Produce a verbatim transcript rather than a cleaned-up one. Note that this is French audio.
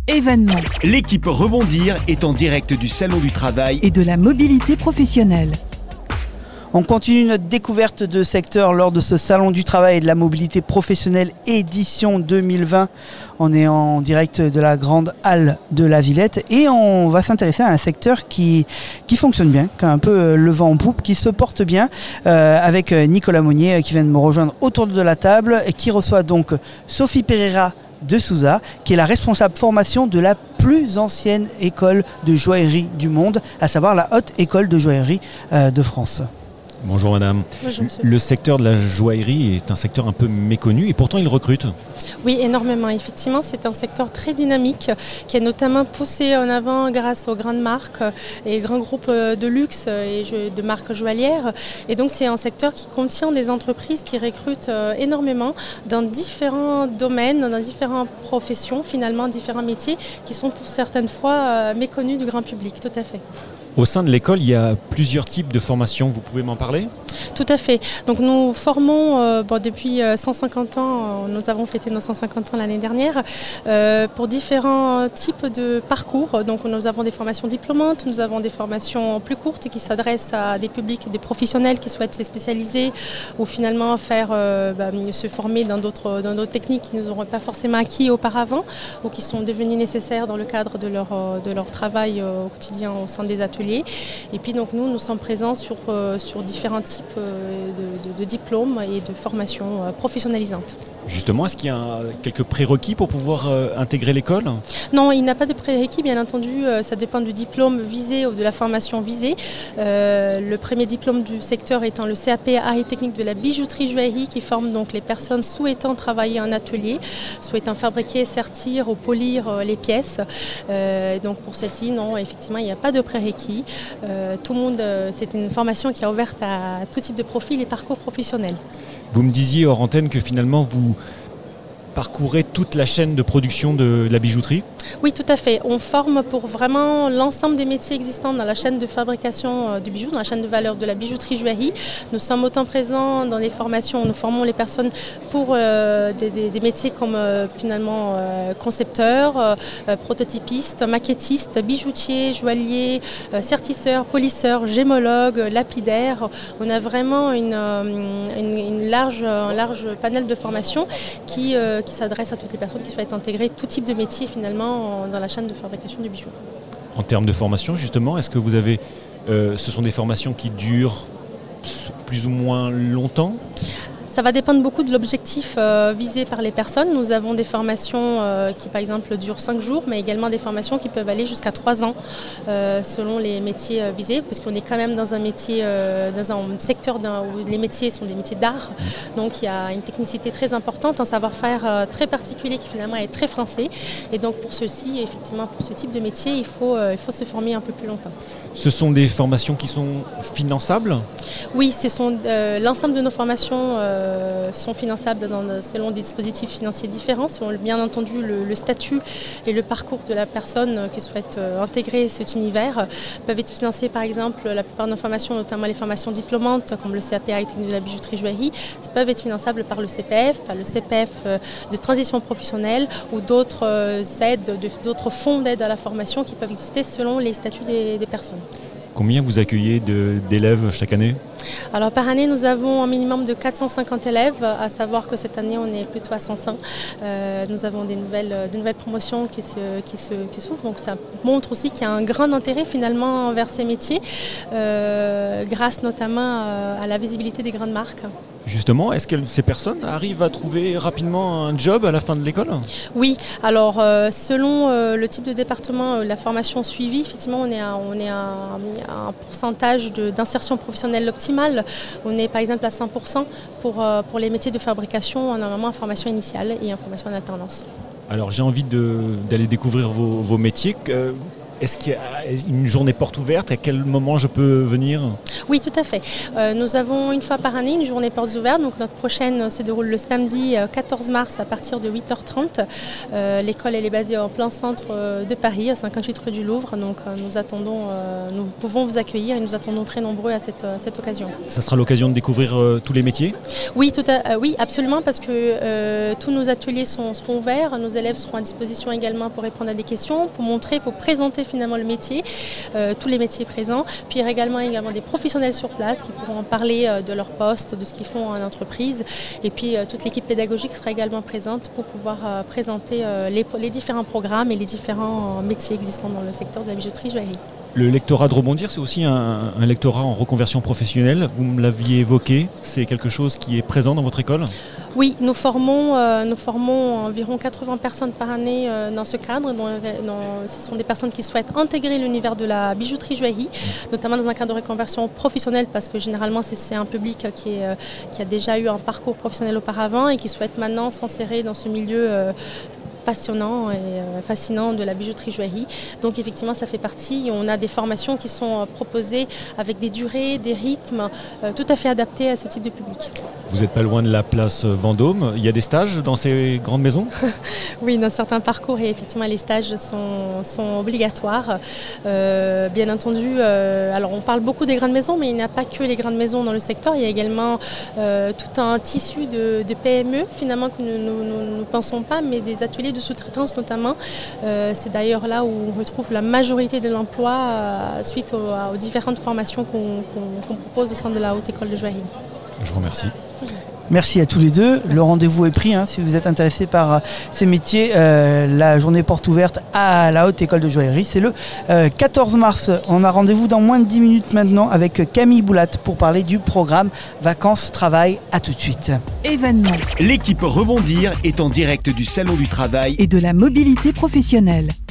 Événements L'équipe Rebondir est en direct du Salon du Travail et de la mobilité professionnelle. On continue notre découverte de secteur lors de ce Salon du Travail et de la mobilité professionnelle édition deux mille vingt. On est en direct de la grande halle de la Villette et on va s'intéresser à un secteur qui, qui fonctionne bien, qui a un peu le vent en poupe, qui se porte bien, euh, avec Nicolas Monnier qui vient de me rejoindre autour de la table et qui reçoit donc Sophie Pereira de Souza, qui est la responsable formation de la plus ancienne école de joaillerie du monde, à savoir la Haute École de Joaillerie euh, de France. Bonjour madame. Bonjour monsieur. Le secteur de la joaillerie est un secteur un peu méconnu et pourtant il recrute. Oui, énormément. Effectivement, c'est un secteur très dynamique qui est notamment poussé en avant grâce aux grandes marques et grands groupes de luxe et de marques joaillières. Et donc c'est un secteur qui contient des entreprises qui recrutent énormément dans différents domaines, dans différentes professions, finalement différents métiers qui sont pour certaines fois méconnus du grand public. Tout à fait. Au sein de l'école, il y a plusieurs types de formations. Vous pouvez m'en parler ? Tout à fait. Donc nous formons euh, bon, depuis cent cinquante ans, nous avons fêté nos cent cinquante ans l'année dernière, euh, pour différents types de parcours. Donc nous avons des formations diplômantes, nous avons des formations plus courtes qui s'adressent à des publics, des professionnels qui souhaitent se spécialiser ou finalement faire euh, bah, se former dans d'autres, dans d'autres techniques qu'ils n'auraient pas forcément acquis auparavant ou qui sont devenues nécessaires dans le cadre de leur, de leur travail au quotidien au sein des ateliers. Et puis donc nous, nous sommes présents sur, euh, sur différents types euh, de, de, de diplômes et de formations euh, professionnalisantes. Justement, est-ce qu'il y a quelques prérequis pour pouvoir euh, intégrer l'école ? Non, il n'y a pas de prérequis, bien entendu, euh, ça dépend du diplôme visé ou de la formation visée. Euh, le premier diplôme du secteur étant le C A P Art et Technique de la bijouterie joaillerie qui forme donc les personnes souhaitant travailler en atelier, souhaitant fabriquer, sertir ou polir euh, les pièces. Euh, donc pour celle-ci, non, effectivement, il n'y a pas de prérequis. Euh, tout le monde, euh, c'est une formation qui est ouverte à tout type de profil et parcours professionnel. Vous me disiez hors antenne que finalement vous parcourez toute la chaîne de production de la bijouterie ? Oui, tout à fait. On forme pour vraiment l'ensemble des métiers existants dans la chaîne de fabrication du bijou, dans la chaîne de valeur de la bijouterie joaillerie. Nous sommes autant présents dans les formations, nous formons les personnes pour euh, des, des, des métiers comme euh, finalement euh, concepteurs, euh, prototypistes, maquettistes, bijoutiers, joailliers, euh, sertisseurs, polisseurs, gémologues, lapidaires. On a vraiment une, une, une large, un large panel de formations qui, euh, qui s'adresse à toutes les personnes qui souhaitent intégrer tout type de métier finalement dans la chaîne de fabrication du bijou. En termes de formation, justement, est-ce que vous avez, euh, ce sont des formations qui durent plus ou moins longtemps ? Ça va dépendre beaucoup de l'objectif euh, visé par les personnes. Nous avons des formations euh, qui, par exemple, durent cinq jours, mais également des formations qui peuvent aller jusqu'à trois ans euh, selon les métiers euh, visés, parce qu'on est quand même dans un métier, euh, dans un secteur d'un, où les métiers sont des métiers d'art. Donc il y a une technicité très importante, un savoir-faire euh, très particulier qui finalement est très français. Et donc pour ceci, effectivement, pour ce type de métier, il faut, euh, il faut se former un peu plus longtemps. Ce sont des formations qui sont finançables ? Oui, ce sont, euh, l'ensemble de nos formations euh, sont finançables dans, selon des dispositifs financiers différents, selon bien entendu le, le statut et le parcours de la personne qui souhaite euh, intégrer cet univers. Peuvent être financées par exemple, la plupart de nos formations, notamment les formations diplômantes comme le C A P Art et Technique de la bijouterie joaillerie, peuvent être finançables par le C P F, par le C P F euh, de transition professionnelle ou d'autres euh, aides, de, d'autres fonds d'aide à la formation qui peuvent exister selon les statuts des, des personnes. Combien vous accueillez de, d'élèves chaque année ? Alors par année, nous avons un minimum de quatre cent cinquante élèves, à savoir que cette année, on est plutôt à cinq cents. Euh, nous avons des nouvelles, de nouvelles promotions qui, se, qui, se, qui s'ouvrent, donc ça montre aussi qu'il y a un grand intérêt finalement vers ces métiers, euh, grâce notamment à la visibilité des grandes marques. Justement, est-ce que ces personnes arrivent à trouver rapidement un job à la fin de l'école ? Oui, alors euh, selon euh, le type de département, euh, la formation suivie, effectivement on est à, on est à, à un pourcentage de, d'insertion professionnelle optimale. On est par exemple à cent pour cent pour, euh, pour les métiers de fabrication, normalement en formation initiale et en formation en alternance. Alors j'ai envie de, d'aller découvrir vos, vos métiers. Est-ce qu'il y a une journée porte ouverte? À quel moment je peux venir? Oui, tout à fait. Euh, nous avons une fois par année une journée portes ouvertes. Donc notre prochaine se déroule le samedi quatorze mars à partir de huit heures trente. Euh, l'école elle est basée en plein centre de Paris, à cinquante-huit rue du Louvre. Donc euh, nous attendons, euh, nous pouvons vous accueillir et nous attendons très nombreux à cette, à cette occasion. Ça sera l'occasion de découvrir euh, tous les métiers? Oui, tout à, euh, oui, absolument, parce que euh, tous nos ateliers sont, seront ouverts. Nos élèves seront à disposition également pour répondre à des questions, pour montrer, pour présenter finalement le métier, euh, tous les métiers présents. Puis il y aura également, également des professionnels sur place qui pourront parler euh, de leur poste, de ce qu'ils font en entreprise. Et puis euh, toute l'équipe pédagogique sera également présente pour pouvoir euh, présenter euh, les, les différents programmes et les différents métiers existants dans le secteur de la bijouterie-joaillerie. Le lectorat de Rebondir, c'est aussi un, un lectorat en reconversion professionnelle. Vous me l'aviez évoqué, c'est quelque chose qui est présent dans votre école? Oui, nous formons, euh, nous formons environ quatre-vingts personnes par année euh, dans ce cadre. Dans, dans, ce sont des personnes qui souhaitent intégrer l'univers de la bijouterie-joaillerie, notamment dans un cadre de reconversion professionnelle, parce que généralement c'est, c'est un public qui, est, euh, qui a déjà eu un parcours professionnel auparavant et qui souhaite maintenant s'insérer dans ce milieu euh, passionnant et euh, fascinant de la bijouterie-joaillerie. Donc effectivement ça fait partie. On a des formations qui sont euh, proposées avec des durées, des rythmes euh, tout à fait adaptés à ce type de public. Vous n'êtes pas loin de la place Vendôme. Il y a des stages dans ces grandes maisons? Oui, dans certains parcours, et effectivement les stages sont, sont obligatoires. Euh, bien entendu, euh, alors on parle beaucoup des grandes maisons, mais il n'y a pas que les grandes maisons dans le secteur. Il y a également euh, tout un tissu de, de P M E finalement que nous ne pensons pas, mais des ateliers de sous-traitance notamment. Euh, c'est d'ailleurs là où on retrouve la majorité de l'emploi euh, suite aux, aux différentes formations qu'on, qu'on, qu'on propose au sein de la Haute École de Joaillerie. Je vous remercie. Merci à tous les deux. Le rendez-vous est pris hein, si vous êtes intéressé par ces métiers. Euh, la journée porte ouverte à la Haute École de Joaillerie, c'est le euh, quatorze mars. On a rendez-vous dans moins de dix minutes maintenant avec Camille Boulat pour parler du programme Vacances-Travail. À tout de suite. Événement. L'équipe Rebondir est en direct du Salon du Travail Et de la mobilité professionnelle.